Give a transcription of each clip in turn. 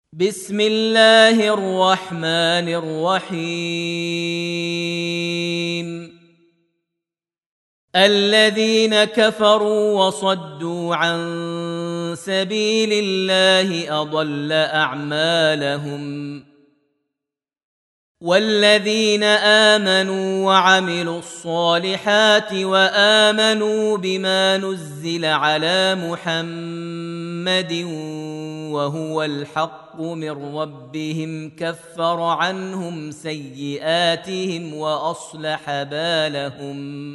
بسم الله الرحمن الرحيم الذين كفروا وصدوا عن سبيل الله أضل أعمالهم والذين آمنوا وعملوا الصالحات وآمنوا بما نزل على محمد وهو الحق من ربهم كفر عنهم سيئاتهم وأصلح بالهم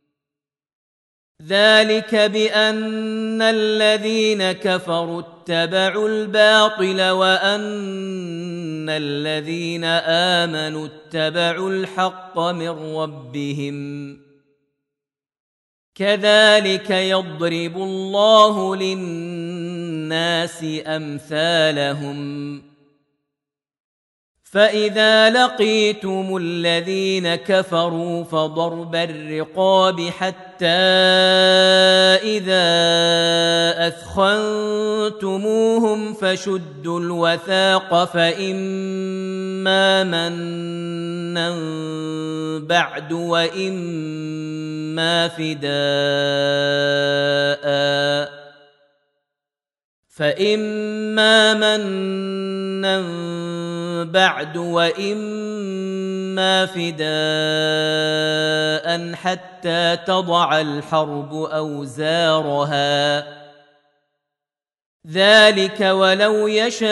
ذلك بأن الذين كفروا اتبعوا الباطل وأن الذين آمنوا اتبعوا الحق من ربهم كذلك يضرب الله للناس أمثالهم فإذا لقيتم الذين كفروا فضرب الرقاب حتى إذا أثخنتموهم فشدوا الوثاق فإما منا بعد وإما فداء حتى تضع الحرب أوزارها ذلك ولو يشاء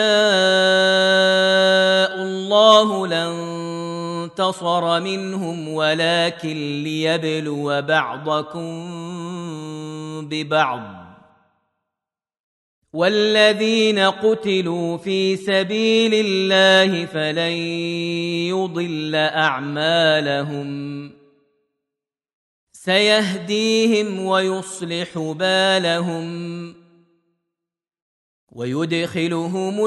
الله لانتصر منهم ولكن ليبلو بعضكم ببعض والذين قتلوا في سبيل الله فلن يضل أعمالهم سيهديهم ويصلح بالهم ويدخلهم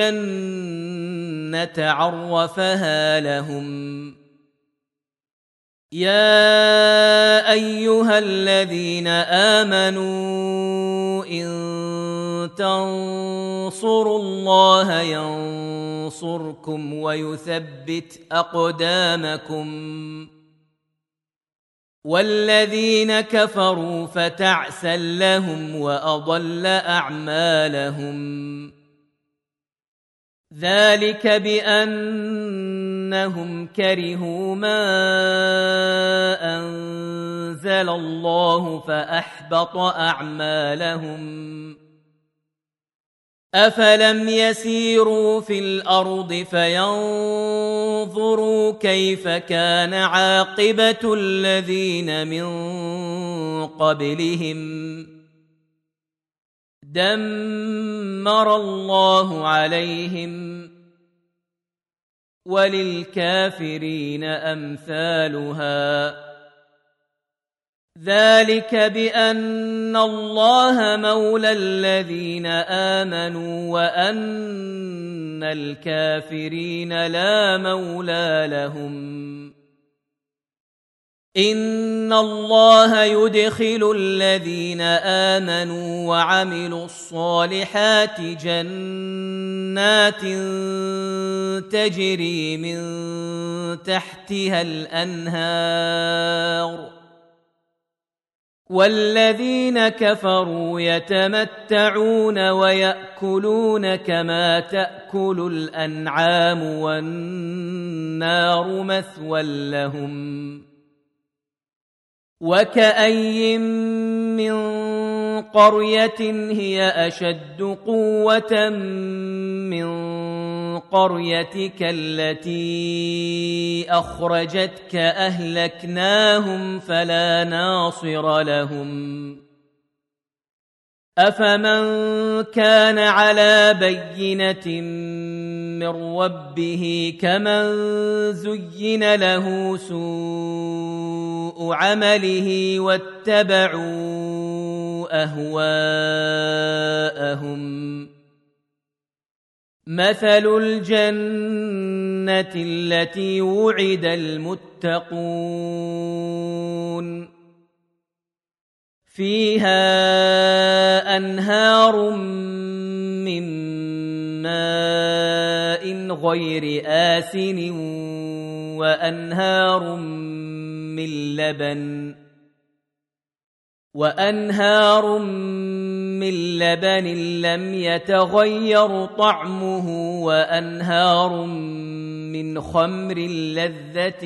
الجنة عرفها لهم يا أيها الذين آمنوا إن تنصروا الله ينصركم ويثبت أقدامكم والذين كفروا فتعسا لهم وأضل أعمالهم ذلك بأنهم كرهوا ما أنزل الله فأحبط أعمالهم أفلم يسيروا في الأرض فينظروا كيف كان عاقبة الذين من قبلهم دمر الله عليهم وللكافرين أمثالها ذلك بأن الله مولى الذين آمنوا وأن الكافرين لا مولى لهم إن الله يدخل الذين آمنوا وعملوا الصالحات جنات تجري من تحتها الأنهار والذين كفروا يتمتعون ويأكلون كما تأكل الأنعام والنار مثوى لهم وكأي من قرية هي أشد قوة من قريتك التي أخرجتك أهلكناهم فلا ناصر لهم أفمن كان على بينة من ربه كمن زين له سوء عمله واتبعوا أهواءهم مثل الجنة التي وعد المتقون فيها أنهار من ماء ماء غير آسن وأنهار من لبن لم يتغير طعمه وأنهار من خمر لذة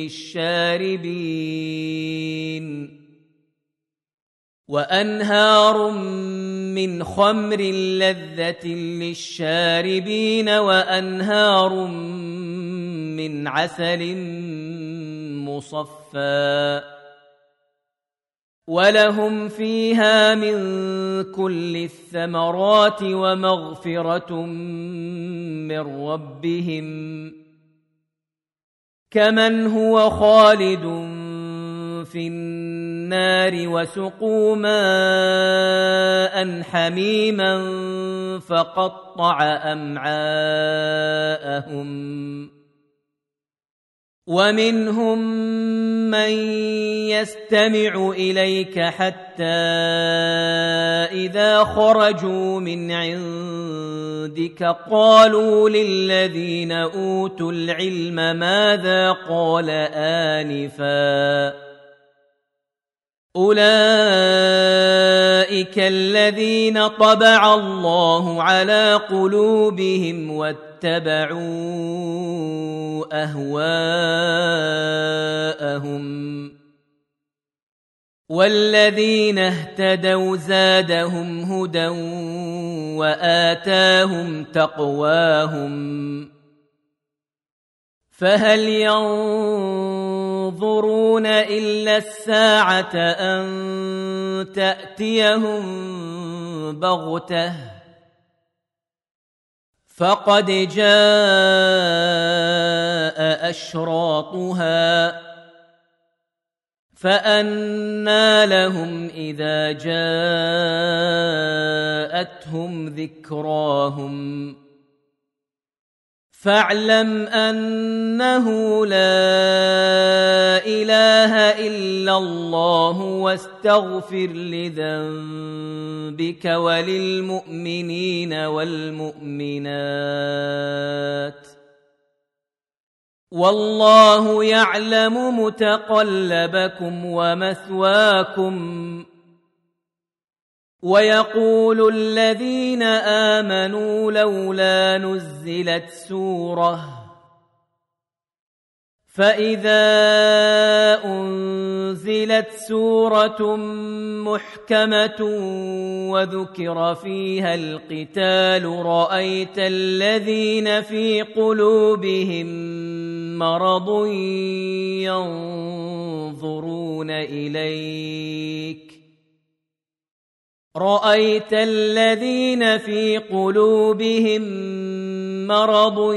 للشاربين وأنهار من عسل مصفى ولهم فيها من كل الثمرات ومغفرة من ربهم كمن هو خالد في النار وسقوا ماء حميما فقطع أمعاءهم ومنهم من يستمع إليك حتى إذا خرجوا من عندك قالوا للذين أوتوا العلم ماذا قال آنفا أولئك الذين طبع الله على قلوبهم واتبعوا أهواءهم والذين اهتدوا زادهم هدى وآتاهم تقواهم فهل ينظرون إلا الساعة أن تأتيهم بغتة فقد جاء أشراطها فأنى لهم إذا جاءتهم ذكراهم فاعلم أنه لا إله إلا الله واستغفر لذنبك وللمؤمنين والمؤمنات والله يعلم متقلبكم ومثواكم ويقول الذين آمنوا لولا نزلت سورة فإذا أنزلت سورة محكمة وذكر فيها القتال رأيت الذين في قلوبهم مرض ينظرون إليك رأيت الذين في قلوبهم مرض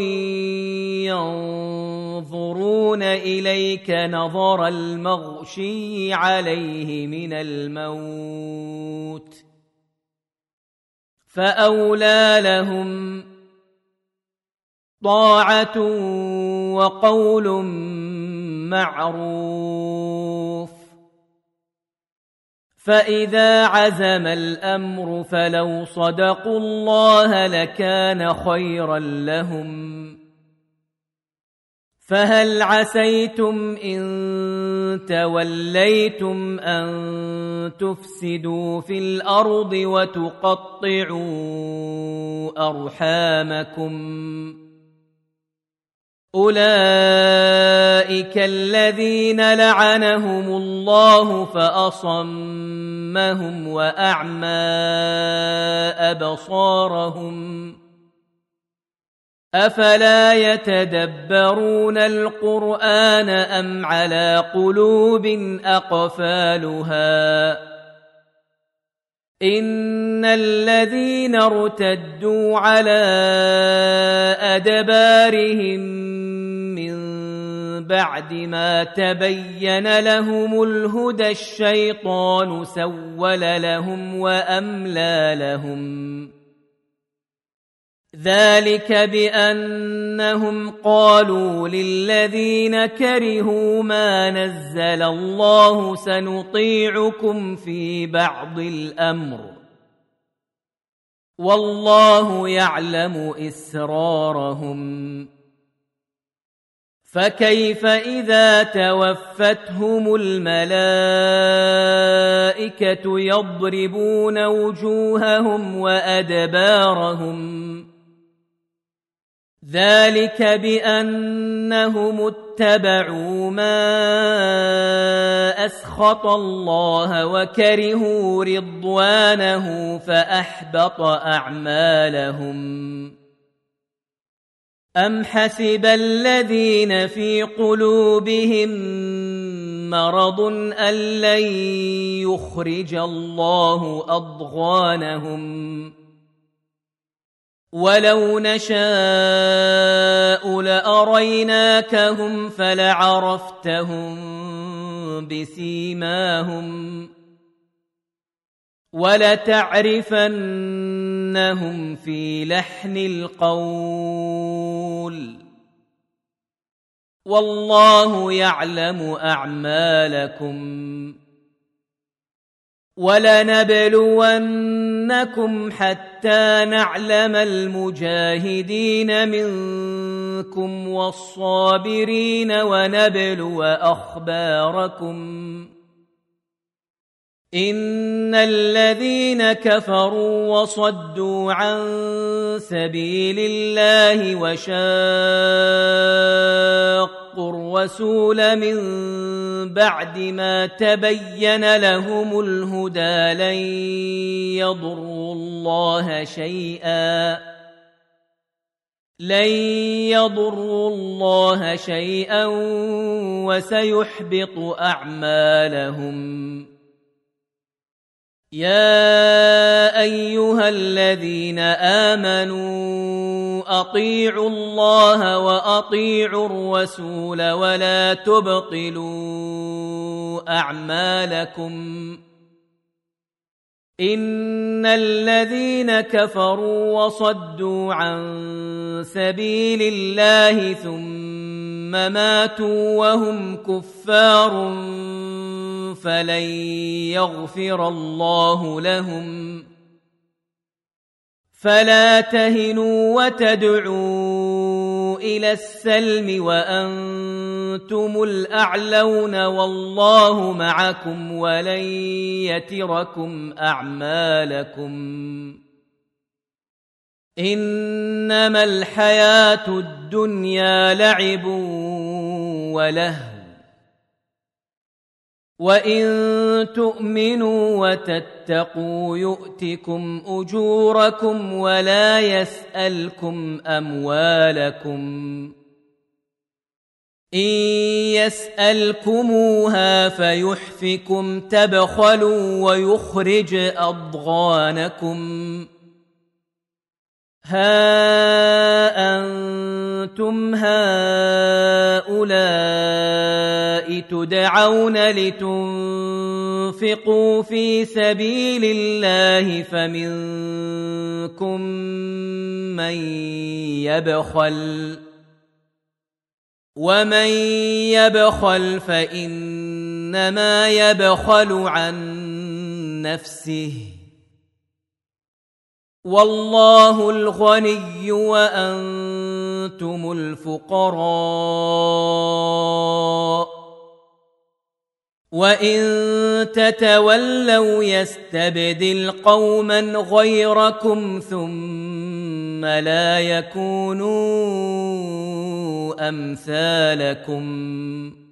ينظرون إليك نظر المغشي عليه من الموت فأولى لهم طاعة وقول معروف فإذا عزم الأمر فلو صدقوا الله لكان خيرا لهم فهل عسيتم إن توليتم أن تفسدوا في الأرض وتقطعوا أرحامكم أولئك الذين لعنهم الله فأصمهم وأعمى أبصارهم أفلا يتدبرون القرآن أم على قلوب أقفالها إن الذين ارتدوا على أدبارهم من بعد ما تبين لهم الهدى الشيطان سول لهم وأملى لهم ذلك بأنهم قالوا للذين كرهوا ما نزل الله سنطيعكم في بعض الأمر والله يعلم إسرارهم فكيف إذا توفتهم الملائكة يضربون وجوههم وأدبارهم ذلك بأنهم اتبعوا ما أسخط الله وكرهوا رضوانه فأحبط أعمالهم أم حسب الذين في قلوبهم مرض أن لن يخرج الله أضغانهم ولو نشاء لأريناكهم فلعرفتهم بسيماهم ولتعرفنهم في لحن القول والله يعلم أعمالكم ولنبلونكم حتى نعلم المجاهدين منكم والصابرين ونبلو أخباركم إن الذين كفروا وصدوا عن سبيل الله وشاقوا الرسول من بعد ما تبين لهم الهدى لن يضروا الله شيئا وسيحبط أعمالهم يا أيها الذين آمنوا أطيعوا الله وأطيعوا الرسول ولا تبطلوا أعمالكم إن الذين كفروا وصدوا عن سبيل الله ثم ماتوا وهم كفار فلن يغفر الله لهم فلا تهنوا وتدعوا إلى السلم وأنتم الأعلون والله معكم ولن يتركم أعمالكم إنما الحياة الدنيا لعب ولهو وإن تؤمنوا وتتقوا يؤتكم أجوركم ولا يسألكم أموالكم إن يسألكموها فيحفكم تبخلوا ويخرج أضغانكم ها أنتم هؤلاء تدعون لتنفقوا في سبيل الله فمنكم من يبخل ومن يبخل فإنما يبخل عن نفسه والله الغني وأنتم الفقراء وإن تتولوا يستبدل قوما غيركم ثم لا يكونوا أمثالكم